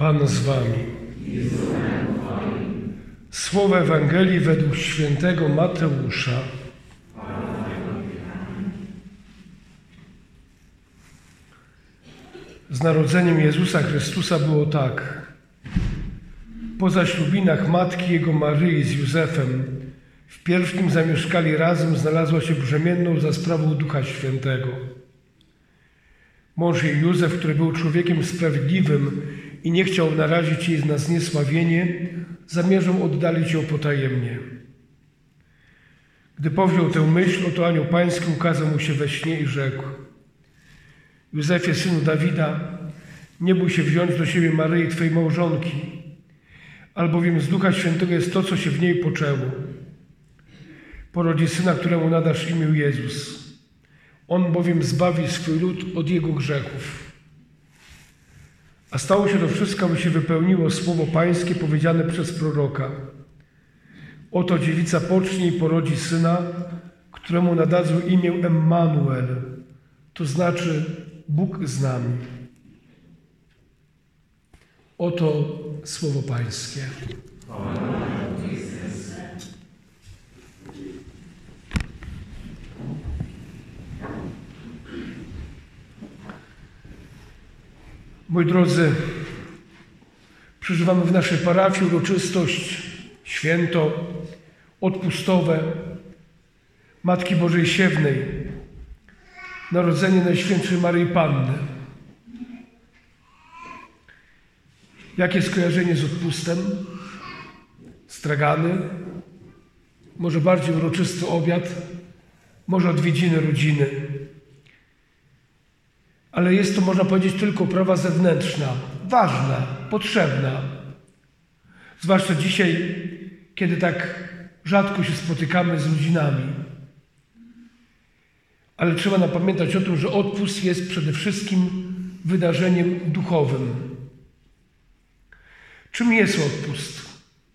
Pan z wami. Słowo Ewangelii według świętego Mateusza. Z narodzeniem Jezusa Chrystusa było tak. Po zaślubinach matki Jego Maryi z Józefem w pierwszym zamieszkali razem, znalazła się brzemienną za sprawą Ducha Świętego. Mąż jej Józef, który był człowiekiem sprawiedliwym i nie chciał narazić jej na zniesławienie, zamierzał oddalić ją potajemnie. Gdy powziął tę myśl, oto anioł pański ukazał mu się we śnie i rzekł: Józefie, synu Dawida, nie bój się wziąć do siebie Maryi, twojej małżonki, albowiem z Ducha Świętego jest to, co się w niej poczęło. Porodzi syna, któremu nadasz imię Jezus. On bowiem zbawi swój lud od jego grzechów. A stało się to wszystko, by się wypełniło słowo pańskie powiedziane przez proroka. Oto dziewica pocznie i porodzi syna, któremu nadadzą imię Emmanuel, to znaczy Bóg z nami. Oto słowo pańskie. Moi drodzy, przeżywamy w naszej parafii uroczystość, święto odpustowe Matki Bożej Siewnej, narodzenie Najświętszej Maryi Panny. Jakie skojarzenie z odpustem? Stragany, może bardziej uroczysty obiad, może odwiedziny rodziny. Ale jest to, można powiedzieć, tylko oprawa zewnętrzna, ważna, potrzebna. Zwłaszcza dzisiaj, kiedy tak rzadko się spotykamy z rodzinami. Ale trzeba nam pamiętać o tym, że odpust jest przede wszystkim wydarzeniem duchowym. Czym jest odpust?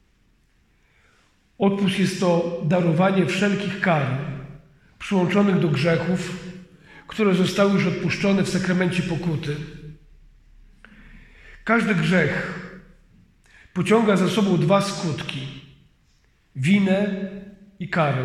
Odpust jest to darowanie wszelkich kar przyłączonych do grzechów, które zostały już odpuszczone w sakramencie pokuty. Każdy grzech pociąga za sobą dwa skutki: winę i karę.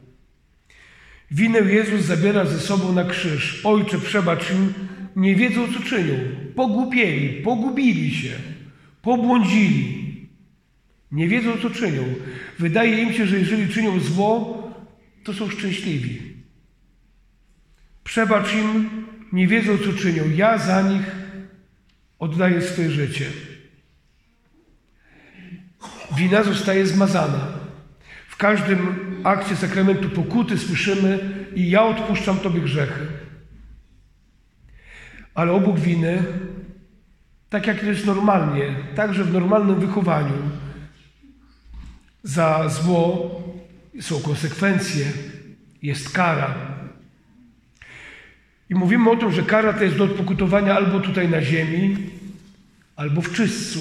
Winę Jezus zabiera ze sobą na krzyż. Ojcze, przebacz im, nie wiedzą, co czynią. Pogłupieli, pogubili się, pobłądzili. Nie wiedzą, co czynią. Wydaje im się, że jeżeli czynią zło, to są szczęśliwi. Przebacz im, nie wiedzą, co czynią. Ja za nich oddaję swoje życie. Wina zostaje zmazana. W każdym akcie sakramentu pokuty słyszymy: i ja odpuszczam Tobie grzechy. Ale obok winy, tak jak to jest normalnie, także w normalnym wychowaniu, za zło są konsekwencje, jest kara. I mówimy o tym, że kara to jest do odpokutowania albo tutaj na ziemi, albo w czystcu.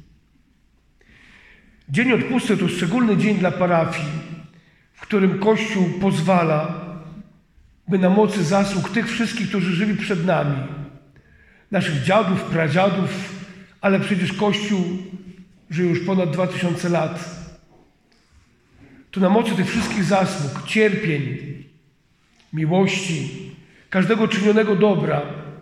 Dzień odpusty to szczególny dzień dla parafii, w którym Kościół pozwala, by na mocy zasług tych wszystkich, którzy żyli przed nami, naszych dziadów, pradziadów, ale przecież Kościół żyje już ponad 2000 lat, to na mocy tych wszystkich zasług, cierpień, miłości, każdego czynionego dobra,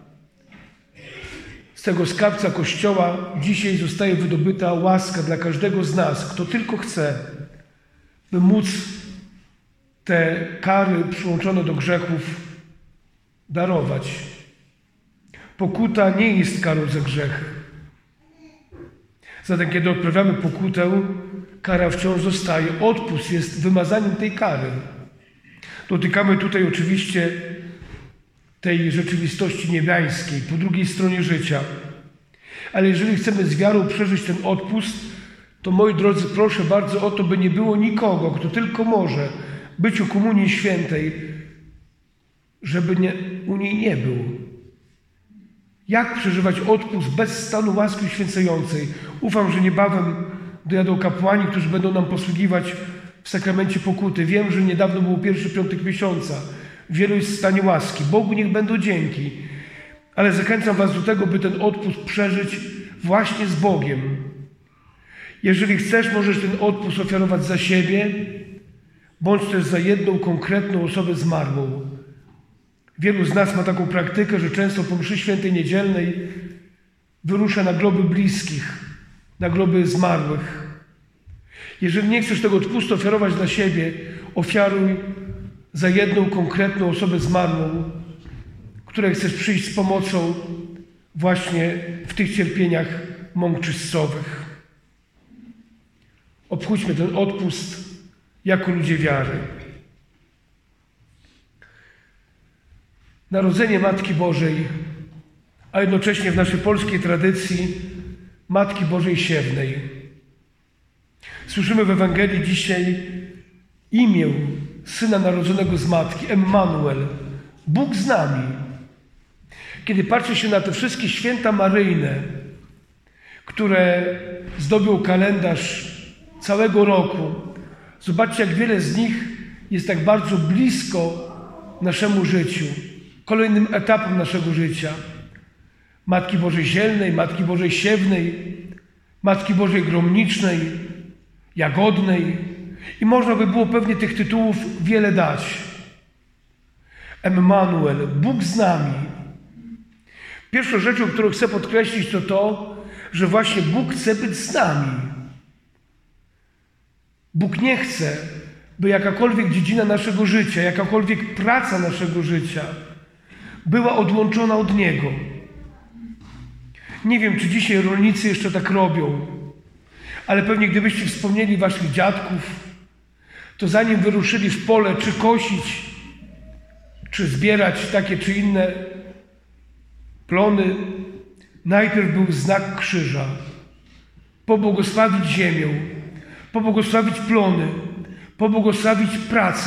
z tego skarbca Kościoła dzisiaj zostaje wydobyta łaska dla każdego z nas, kto tylko chce, by móc te kary przyłączone do grzechów darować. Pokuta nie jest karą za grzechy. Zatem, kiedy odprawiamy pokutę, kara wciąż zostaje. Odpust jest wymazaniem tej kary. Dotykamy tutaj oczywiście tej rzeczywistości niebiańskiej, po drugiej stronie życia. Ale jeżeli chcemy z wiarą przeżyć ten odpust, to moi drodzy, proszę bardzo o to, by nie było nikogo, kto tylko może być u Komunii Świętej, żeby u niej nie był. Jak przeżywać odpust bez stanu łaski uświęcającej? Ufam, że niebawem dojadą kapłani, którzy będą nam posługiwać w sakramencie pokuty. Wiem, że niedawno był pierwszy piątek miesiąca. Wielu jest w stanie łaski. Bogu niech będą dzięki. Ale zachęcam was do tego, by ten odpust przeżyć właśnie z Bogiem. Jeżeli chcesz, możesz ten odpust ofiarować za siebie, bądź też za jedną konkretną osobę zmarłą. Wielu z nas ma taką praktykę, że często po mszy świętej niedzielnej wyrusza na groby bliskich, na groby zmarłych. Jeżeli nie chcesz tego odpustu ofiarować dla siebie, ofiaruj za jedną konkretną osobę zmarłą, której chcesz przyjść z pomocą właśnie w tych cierpieniach mąk czystcowych. Obchódźmy ten odpust jako ludzie wiary. Narodzenie Matki Bożej, a jednocześnie w naszej polskiej tradycji Matki Bożej Siewnej. Słyszymy w Ewangelii dzisiaj imię Syna narodzonego z Matki, Emmanuel, Bóg z nami. Kiedy patrzy się na te wszystkie święta maryjne, które zdobią kalendarz całego roku, zobaczcie, jak wiele z nich jest tak bardzo blisko naszemu życiu, kolejnym etapem naszego życia. Matki Bożej Zielnej, Matki Bożej Siewnej, Matki Bożej Gromnicznej, Jagodnej i można by było pewnie tych tytułów wiele dać. Emmanuel, Bóg z nami. Pierwszą rzeczą, którą chcę podkreślić, to to, że właśnie Bóg chce być z nami. Bóg nie chce, by jakakolwiek dziedzina naszego życia, jakakolwiek praca naszego życia była odłączona od Niego. Nie wiem, czy dzisiaj rolnicy jeszcze tak robią, ale pewnie gdybyście wspomnieli waszych dziadków, to zanim wyruszyli w pole, czy kosić, czy zbierać takie czy inne plony, najpierw był znak krzyża. Pobłogosławić ziemię, pobłogosławić plony, pobłogosławić pracę.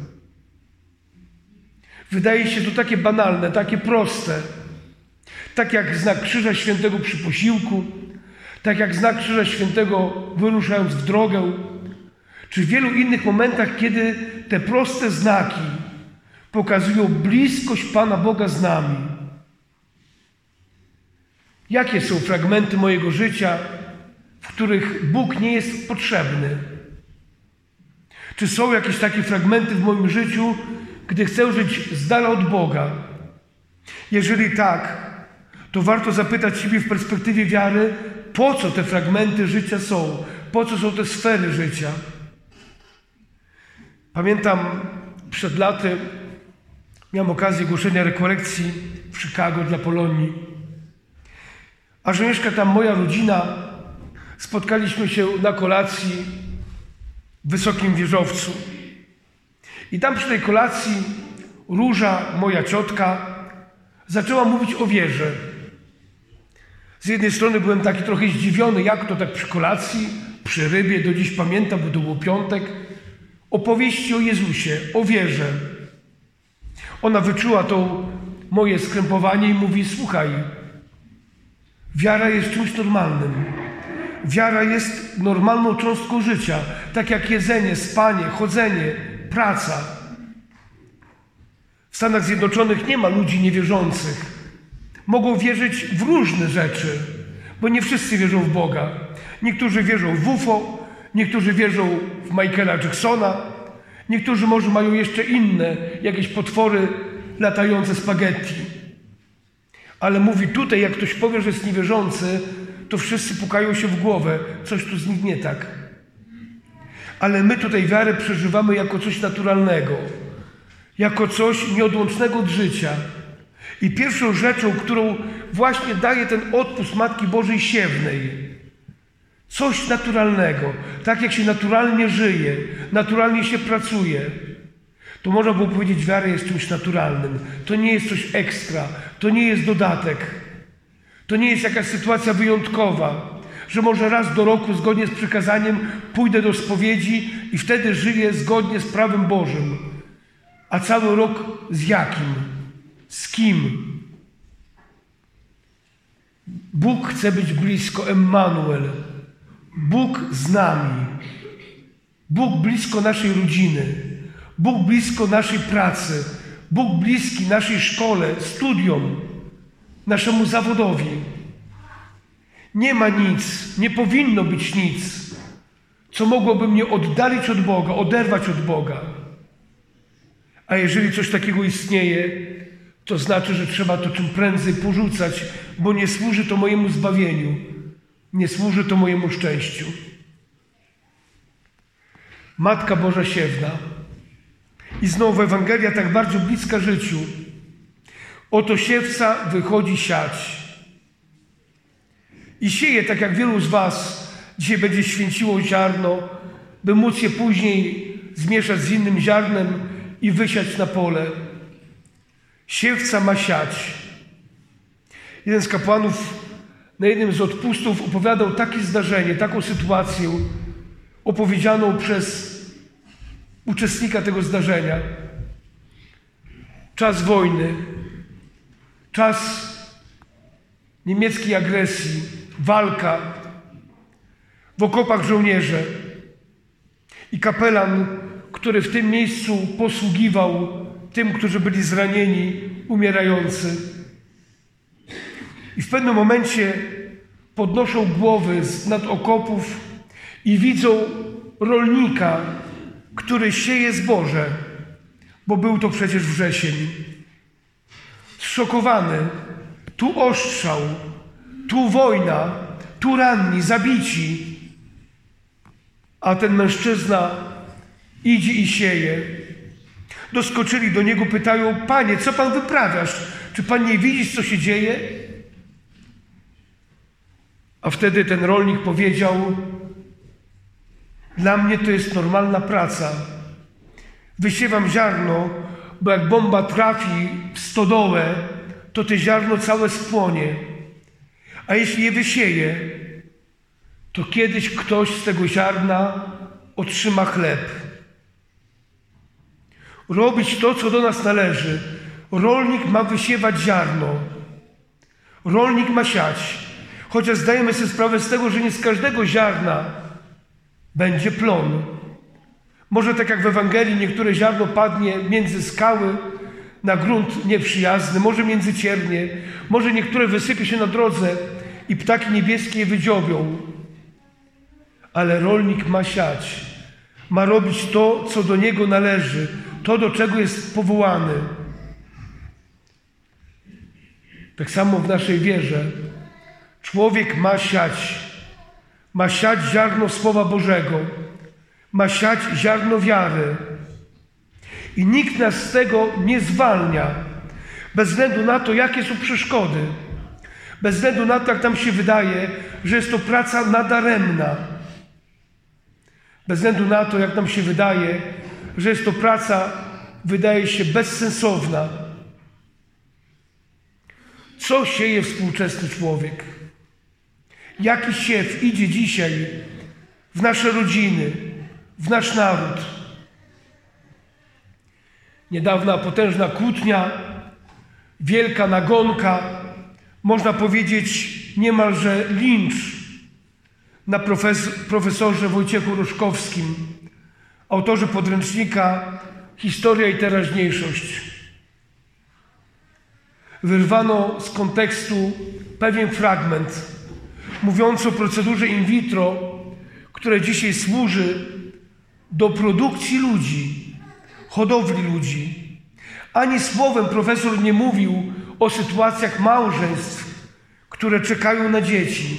Wydaje się to takie banalne, takie proste. Tak jak znak krzyża świętego przy posiłku, tak jak znak krzyża świętego wyruszając w drogę, czy w wielu innych momentach, kiedy te proste znaki pokazują bliskość Pana Boga z nami. Jakie są fragmenty mojego życia, w których Bóg nie jest potrzebny? Czy są jakieś takie fragmenty w moim życiu, gdy chcę żyć z dala od Boga? Jeżeli tak, to warto zapytać siebie w perspektywie wiary, po co te fragmenty życia są? Po co są te sfery życia? Pamiętam, przed laty miałem okazję głoszenia rekolekcji w Chicago dla Polonii. A że mieszka tam moja rodzina, spotkaliśmy się na kolacji w Wysokim Wieżowcu. I tam przy tej kolacji Róża, moja ciotka, zaczęła mówić o wierze. Z jednej strony byłem taki trochę zdziwiony, jak to tak przy kolacji, przy rybie, do dziś pamiętam, bo to był piątek, opowieści o Jezusie, o wierze. Ona wyczuła to moje skrępowanie i mówi, słuchaj, wiara jest czymś normalnym. Wiara jest normalną cząstką życia, tak jak jedzenie, spanie, chodzenie, praca. W Stanach Zjednoczonych nie ma ludzi niewierzących. Mogą wierzyć w różne rzeczy, bo nie wszyscy wierzą w Boga. Niektórzy wierzą w UFO, niektórzy wierzą w Michaela Jacksona, niektórzy może mają jeszcze inne, jakieś potwory latające spaghetti. Ale mówi tutaj, jak ktoś powie, że jest niewierzący, to wszyscy pukają się w głowę. Coś tu z nich nie tak. Ale my tutaj wiarę przeżywamy jako coś naturalnego, jako coś nieodłącznego od życia. I pierwszą rzeczą, którą właśnie daje ten odpust Matki Bożej Siewnej, coś naturalnego, tak jak się naturalnie żyje, naturalnie się pracuje, to można było powiedzieć, wiara jest czymś naturalnym. To nie jest coś ekstra, to nie jest dodatek, to nie jest jakaś sytuacja wyjątkowa, że może raz do roku zgodnie z przykazaniem pójdę do spowiedzi i wtedy żyję zgodnie z prawem Bożym. A cały rok z jakim? Z kim? Bóg chce być blisko, Emmanuel. Bóg z nami. Bóg blisko naszej rodziny. Bóg blisko naszej pracy. Bóg bliski naszej szkole, studiom. naszemu zawodowi. Nie ma nic, nie powinno być nic, co mogłoby mnie oddalić od Boga, oderwać od Boga. A jeżeli coś takiego istnieje, to znaczy, że trzeba to czym prędzej porzucać, bo nie służy to mojemu zbawieniu, nie służy to mojemu szczęściu. Matka Boża siewna. I znowu Ewangelia tak bardzo bliska życiu. Oto siewca wychodzi siać. I sieje, tak jak wielu z was dzisiaj będzie święciło ziarno, by móc je później zmieszać z innym ziarnem i wysiać na pole. Siewca ma siać. Jeden z kapłanów na jednym z odpustów opowiadał takie zdarzenie, taką sytuację opowiedzianą przez uczestnika tego zdarzenia. Czas wojny, czas niemieckiej agresji, walka, w okopach żołnierze i kapelan, który w tym miejscu posługiwał tym, którzy byli zranieni, umierający. I w pewnym momencie podnoszą głowy nad okopów i widzą rolnika, który sieje zboże, bo był to przecież wrzesień. Zszokowany, tu ostrzał, tu wojna, tu ranni, zabici. A ten mężczyzna idzie i sieje. Doskoczyli do niego, pytają: Panie, co pan wyprawiasz? Czy pan nie widzisz, co się dzieje? A wtedy ten rolnik powiedział: dla mnie to jest normalna praca. Wysiewam ziarno, bo jak bomba trafi w stodołę, to to ziarno całe spłonie. A jeśli je wysieję, to kiedyś ktoś z tego ziarna otrzyma chleb. Robić to, co do nas należy. Rolnik ma wysiewać ziarno. Rolnik ma siać. Chociaż zdajemy sobie sprawę z tego, że nie z każdego ziarna będzie plon. Może tak jak w Ewangelii niektóre ziarno padnie między skały, na grunt nieprzyjazny, może między ciernie, może niektóre wysypie się na drodze i ptaki niebieskie je wydziobią. Ale rolnik ma siać, ma robić to, co do niego należy, to, do czego jest powołany. Tak samo w naszej wierze. Człowiek ma siać ziarno Słowa Bożego, ma siać ziarno wiary. I nikt nas z tego nie zwalnia, bez względu na to, jakie są przeszkody, bez względu na to, jak nam się wydaje, że jest to praca nadaremna, bez względu na to, jak nam się wydaje, że jest to praca, wydaje się, bezsensowna. Co sieje współczesny człowiek? Jaki siew idzie dzisiaj w nasze rodziny, w nasz naród? Niedawna potężna kłótnia, wielka nagonka, można powiedzieć niemalże lincz na profesorze Wojciechu Roszkowskim, autorze podręcznika Historia i teraźniejszość. Wyrwano z kontekstu pewien fragment mówiący o procedurze in vitro, która dzisiaj służy do produkcji ludzi, hodowli ludzi. Ani słowem profesor nie mówił o sytuacjach małżeństw, które czekają na dzieci.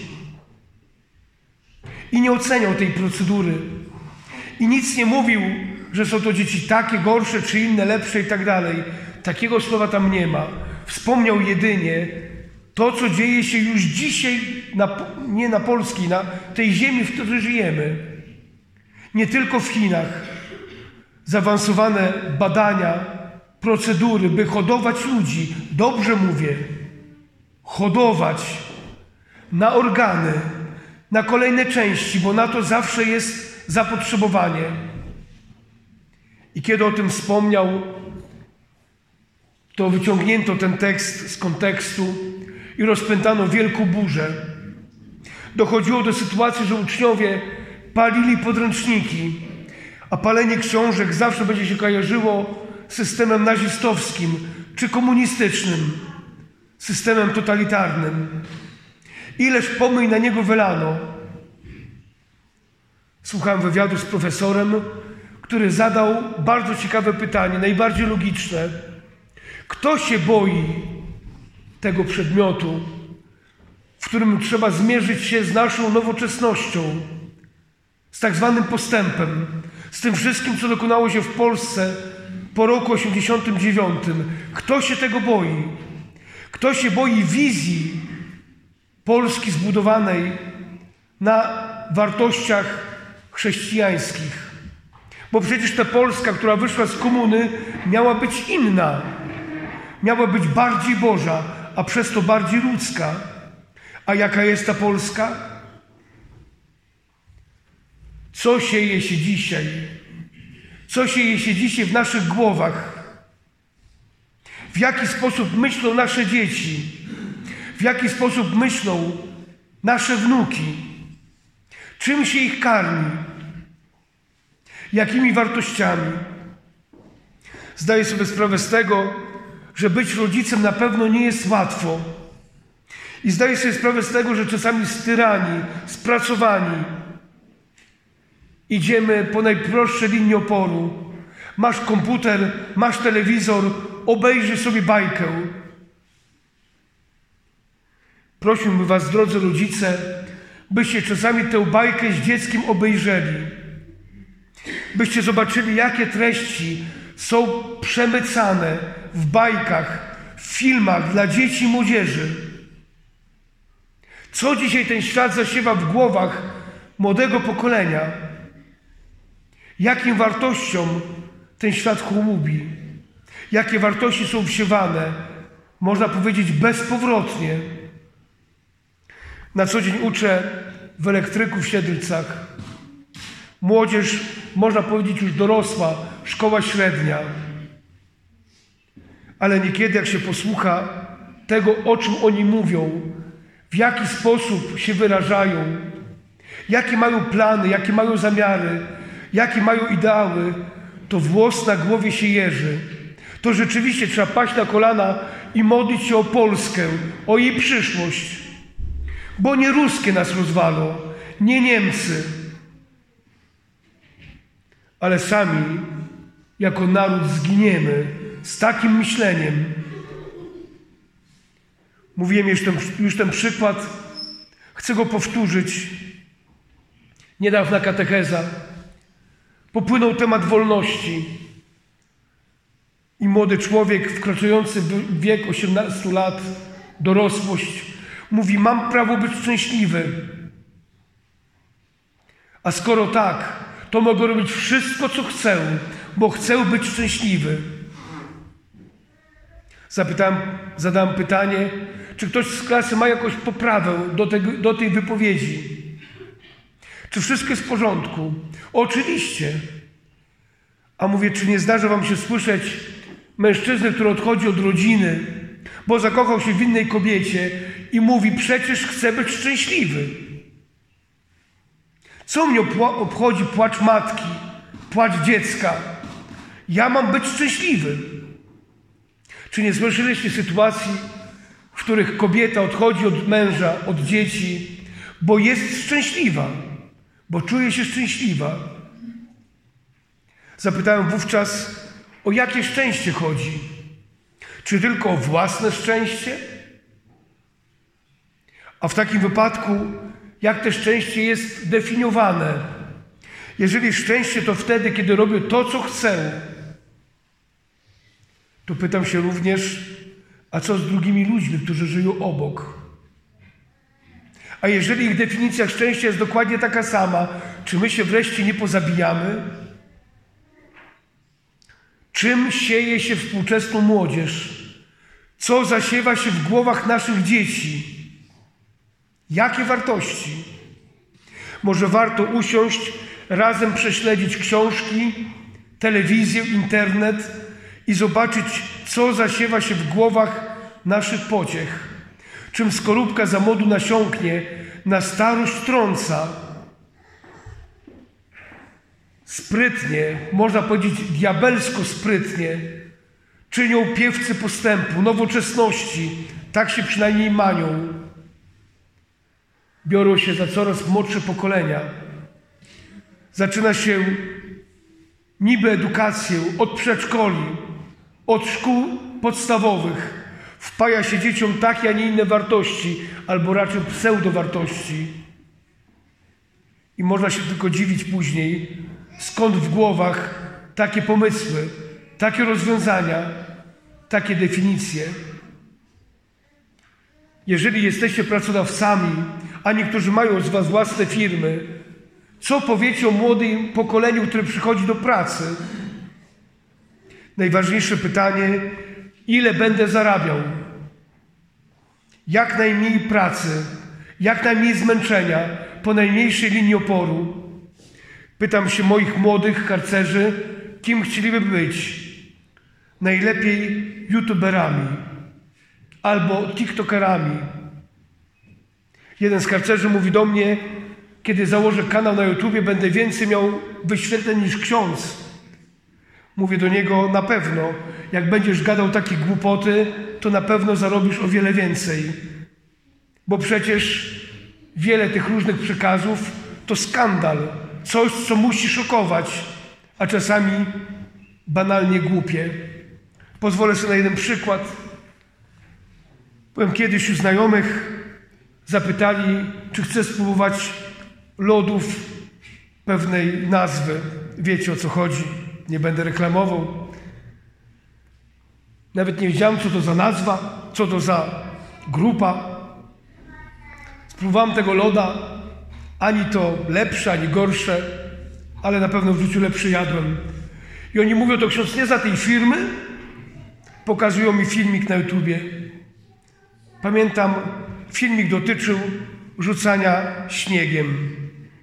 I nie oceniał tej procedury. I nic nie mówił, że są to dzieci takie, gorsze, czy inne, lepsze i tak dalej. Takiego słowa tam nie ma. Wspomniał jedynie to, co dzieje się już dzisiaj, nie na polskiej, na tej ziemi, w której żyjemy. Nie tylko w Chinach. Zaawansowane badania, procedury, by hodować ludzi, dobrze mówię, hodować na organy, na kolejne części, bo na to zawsze jest zapotrzebowanie. I kiedy o tym wspomniał, to wyciągnięto ten tekst z kontekstu i rozpętano wielką burzę. Dochodziło do sytuacji, że uczniowie palili podręczniki, a palenie książek zawsze będzie się kojarzyło z systemem nazistowskim czy komunistycznym, systemem totalitarnym. Ileż pomyj na niego wylano. Słuchałem wywiadu z profesorem, który zadał bardzo ciekawe pytanie, najbardziej logiczne. Kto się boi tego przedmiotu, w którym trzeba zmierzyć się z naszą nowoczesnością, z tak zwanym postępem, z tym wszystkim, co dokonało się w Polsce po roku 89. Kto się tego boi? Kto się boi wizji Polski zbudowanej na wartościach chrześcijańskich? Bo przecież ta Polska, która wyszła z komuny, miała być inna. Miała być bardziej Boża, a przez to bardziej ludzka. A jaka jest ta Polska? Co sieje się dzisiaj? Co sieje się dzisiaj w naszych głowach? W jaki sposób myślą nasze dzieci? W jaki sposób myślą nasze wnuki? Czym się ich karmi? Jakimi wartościami? Zdaję sobie sprawę z tego, że być rodzicem na pewno nie jest łatwo. I zdaję sobie sprawę z tego, że czasami styrani, spracowani, idziemy po najprostsze linie oporu. Masz komputer, masz telewizor, obejrzyj sobie bajkę. Prosiłbym was, drodzy rodzice, byście czasami tę bajkę z dzieckiem obejrzeli. Byście zobaczyli, jakie treści są przemycane w bajkach, w filmach dla dzieci i młodzieży. Co dzisiaj ten świat zasiewa w głowach młodego pokolenia? Jakim wartościom ten świat chłubi? Jakie wartości są wsiewane, można powiedzieć, bezpowrotnie? Na co dzień uczę w elektryku w Siedlcach. Młodzież, można powiedzieć, już dorosła, szkoła średnia. Ale niekiedy, jak się posłucha tego, o czym oni mówią, w jaki sposób się wyrażają, jakie mają plany, jakie mają zamiary, jakie mają ideały, to włos na głowie się jeży. To rzeczywiście trzeba paść na kolana i modlić się o Polskę, o jej przyszłość. Bo nie ruskie nas rozwalą, nie Niemcy, ale sami jako naród zginiemy z takim myśleniem. Mówiłem już ten przykład, chcę go powtórzyć. Niedawna katecheza. Popłynął temat wolności i młody człowiek wkraczający w wiek 18 lat, dorosłość, mówi: mam prawo być szczęśliwy. A skoro tak, to mogę robić wszystko, co chcę, bo chcę być szczęśliwy. Zadałem pytanie, czy ktoś z klasy ma jakąś poprawę do tej wypowiedzi? Czy wszystko jest w porządku? Oczywiście. A mówię, czy nie zdarza wam się słyszeć mężczyzny, który odchodzi od rodziny, bo zakochał się w innej kobiecie i mówi: przecież chcę być szczęśliwy. Co mnie obchodzi płacz matki, płacz dziecka? Ja mam być szczęśliwy. Czy nie słyszeliście sytuacji, w których kobieta odchodzi od męża, od dzieci, bo jest szczęśliwa, bo czuje się szczęśliwa? Zapytałem wówczas, o jakie szczęście chodzi? Czy tylko o własne szczęście? A w takim wypadku, jak to szczęście jest definiowane? Jeżeli szczęście to wtedy, kiedy robię to, co chcę, to pytam się również, a co z drugimi ludźmi, którzy żyją obok? A jeżeli ich definicja szczęścia jest dokładnie taka sama, czy my się wreszcie nie pozabijamy? Czym sieje się współczesną młodzież? Co zasiewa się w głowach naszych dzieci? Jakie wartości? Może warto usiąść, razem prześledzić książki, telewizję, internet i zobaczyć, co zasiewa się w głowach naszych pociech. Czym skorupka za młodu nasiąknie, na starość trąca. Sprytnie, można powiedzieć diabelsko sprytnie, czynią piewcy postępu, nowoczesności, Tak się przynajmniej manią. Biorą się za coraz młodsze pokolenia. Zaczyna się niby edukację od przedszkoli, od szkół podstawowych. Wpaja się dzieciom takie, a nie inne wartości, albo raczej pseudowartości. I można się tylko dziwić później, skąd w głowach takie pomysły, takie rozwiązania, takie definicje. Jeżeli jesteście pracodawcami, a niektórzy mają z was własne firmy, co powiecie o młodym pokoleniu, które przychodzi do pracy? Najważniejsze pytanie, ile będę zarabiał? Jak najmniej pracy, jak najmniej zmęczenia, po najmniejszej linii oporu. Pytam się moich młodych harcerzy, kim chcieliby być? Najlepiej youtuberami albo tiktokerami. Jeden z harcerzy mówi do mnie, kiedy założę kanał na YouTubie, będę więcej miał wyświetleń niż ksiądz. Mówię do niego, na pewno, jak będziesz gadał takie głupoty, to na pewno zarobisz o wiele więcej. Bo przecież wiele tych różnych przekazów to skandal, coś, co musi szokować, a czasami banalnie głupie. Pozwolę sobie na jeden przykład. Byłem kiedyś u znajomych, zapytali, czy chcę spróbować lodów pewnej nazwy. Wiecie, o co chodzi. Nie będę reklamował. Nawet nie wiedziałem, co to za nazwa, co to za grupa. Spróbowałem tego loda. Ani to lepsze, ani gorsze, ale na pewno w życiu lepszy jadłem. I oni mówią, to ksiądz nie za tej firmy. Pokazują mi filmik na YouTubie. Pamiętam, filmik dotyczył rzucania śniegiem.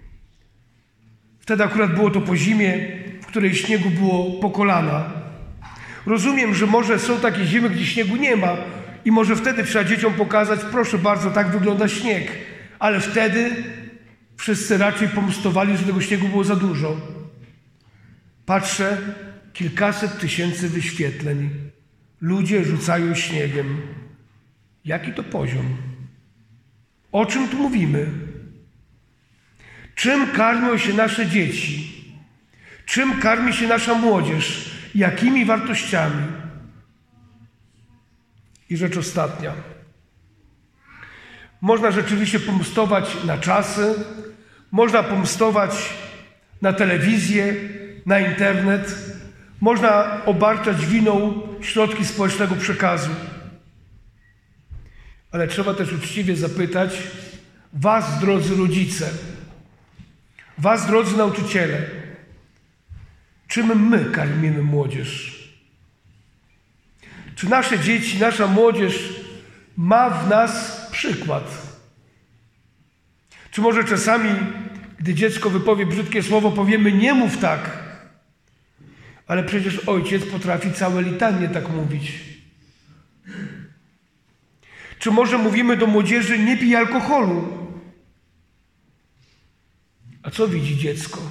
Wtedy akurat było to po zimie, w której śniegu było po kolana. Rozumiem, że może są takie zimy, gdzie śniegu nie ma i może wtedy trzeba dzieciom pokazać, proszę bardzo, tak wygląda śnieg. Ale wtedy wszyscy raczej pomstowali, że tego śniegu było za dużo. Patrzę, kilkaset tysięcy wyświetleń. Ludzie rzucają śniegiem. Jaki to poziom? O czym tu mówimy? Czym karmią się nasze dzieci? Czym karmi się nasza młodzież? Jakimi wartościami? I rzecz ostatnia. Można rzeczywiście pomstować na czasy, można pomstować na telewizję, na internet, można obarczać winą środki społecznego przekazu. Ale trzeba też uczciwie zapytać was, drodzy rodzice, was, drodzy nauczyciele, czym my karmimy młodzież? Czy nasze dzieci, nasza młodzież ma w nas przykład? Czy może czasami, gdy dziecko wypowie brzydkie słowo, powiemy, nie mów tak, ale przecież ojciec potrafi całe litanie tak mówić. Czy może mówimy do młodzieży, nie pij alkoholu? A co widzi dziecko?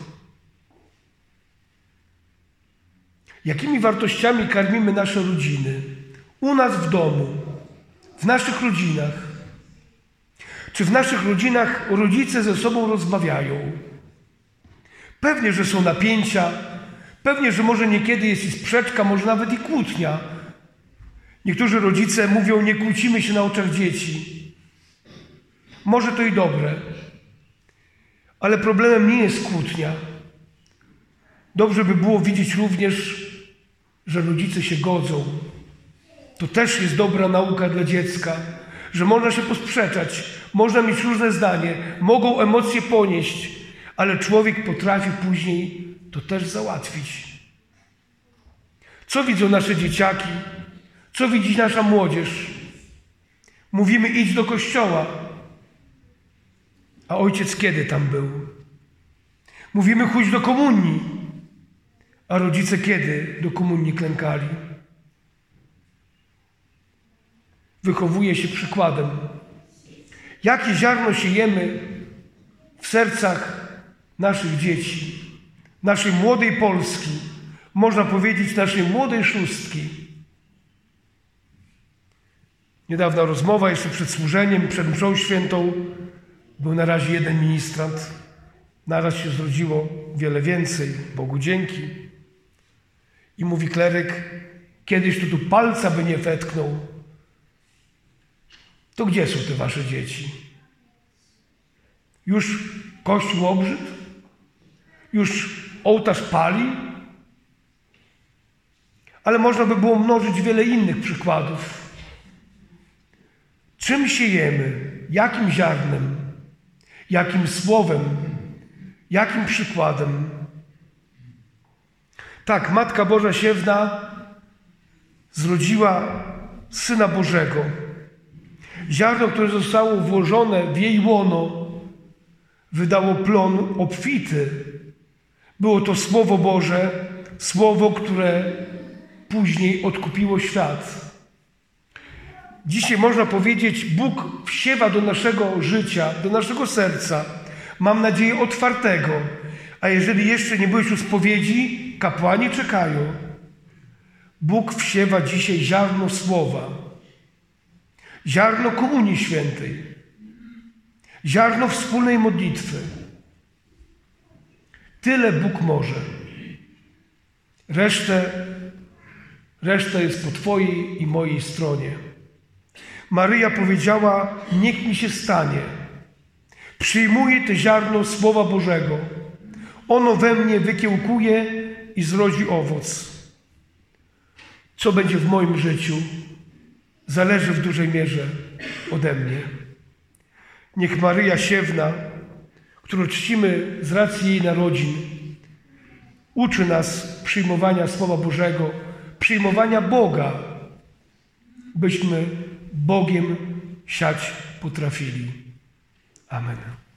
Jakimi wartościami karmimy nasze rodziny? U nas w domu, w naszych rodzinach. Czy w naszych rodzinach rodzice ze sobą rozmawiają? Pewnie, że są napięcia, pewnie, że może niekiedy jest i sprzeczka, może nawet i kłótnia. Niektórzy rodzice mówią, nie kłócimy się na oczach dzieci. Może to i dobre. Ale problemem nie jest kłótnia. Dobrze by było widzieć również, że rodzice się godzą. To też jest dobra nauka dla dziecka, że można się posprzeczać, można mieć różne zdanie, mogą emocje ponieść, ale człowiek potrafi później to też załatwić. Co widzą nasze dzieciaki? Co widzi nasza młodzież? Mówimy, idź do kościoła. A ojciec kiedy tam był? Mówimy, chodź do komunii. A rodzice kiedy do komunii klękali? Wychowuje się przykładem. Jakie ziarno siejemy w sercach naszych dzieci, naszej młodej Polski, można powiedzieć naszej młodej szóstki. Niedawna rozmowa jeszcze przed służeniem, przed mszą świętą. Był na razie jeden ministrant. Naraz się zrodziło wiele więcej. Bogu dzięki. I mówi kleryk, kiedyś to tu palca by nie wetknął. To gdzie są te wasze dzieci? Już kościół obrzydł? Już ołtarz pali? Ale można by było mnożyć wiele innych przykładów. Czym siejemy? Jakim ziarnem? Jakim słowem? Jakim przykładem? Tak, Matka Boża Siewna zrodziła Syna Bożego. Ziarno, które zostało włożone w jej łono, wydało plon obfity. Było to Słowo Boże, Słowo, które później odkupiło świat. Dzisiaj można powiedzieć, Bóg wsiewa do naszego życia, do naszego serca, mam nadzieję, otwartego. A jeżeli jeszcze nie byłeś u spowiedzi, kapłani czekają. Bóg wsiewa dzisiaj ziarno Słowa, ziarno Komunii Świętej, ziarno wspólnej modlitwy. Tyle Bóg może. Reszta jest po Twojej i mojej stronie. Maryja powiedziała, niech mi się stanie. Przyjmuję to ziarno Słowa Bożego. Ono we mnie wykiełkuje i zrodzi owoc. Co będzie w moim życiu, zależy w dużej mierze ode mnie. Niech Maryja Siewna, którą czcimy z racji jej narodzin, uczy nas przyjmowania Słowa Bożego, przyjmowania Boga, byśmy Bogiem siać potrafili. Amen.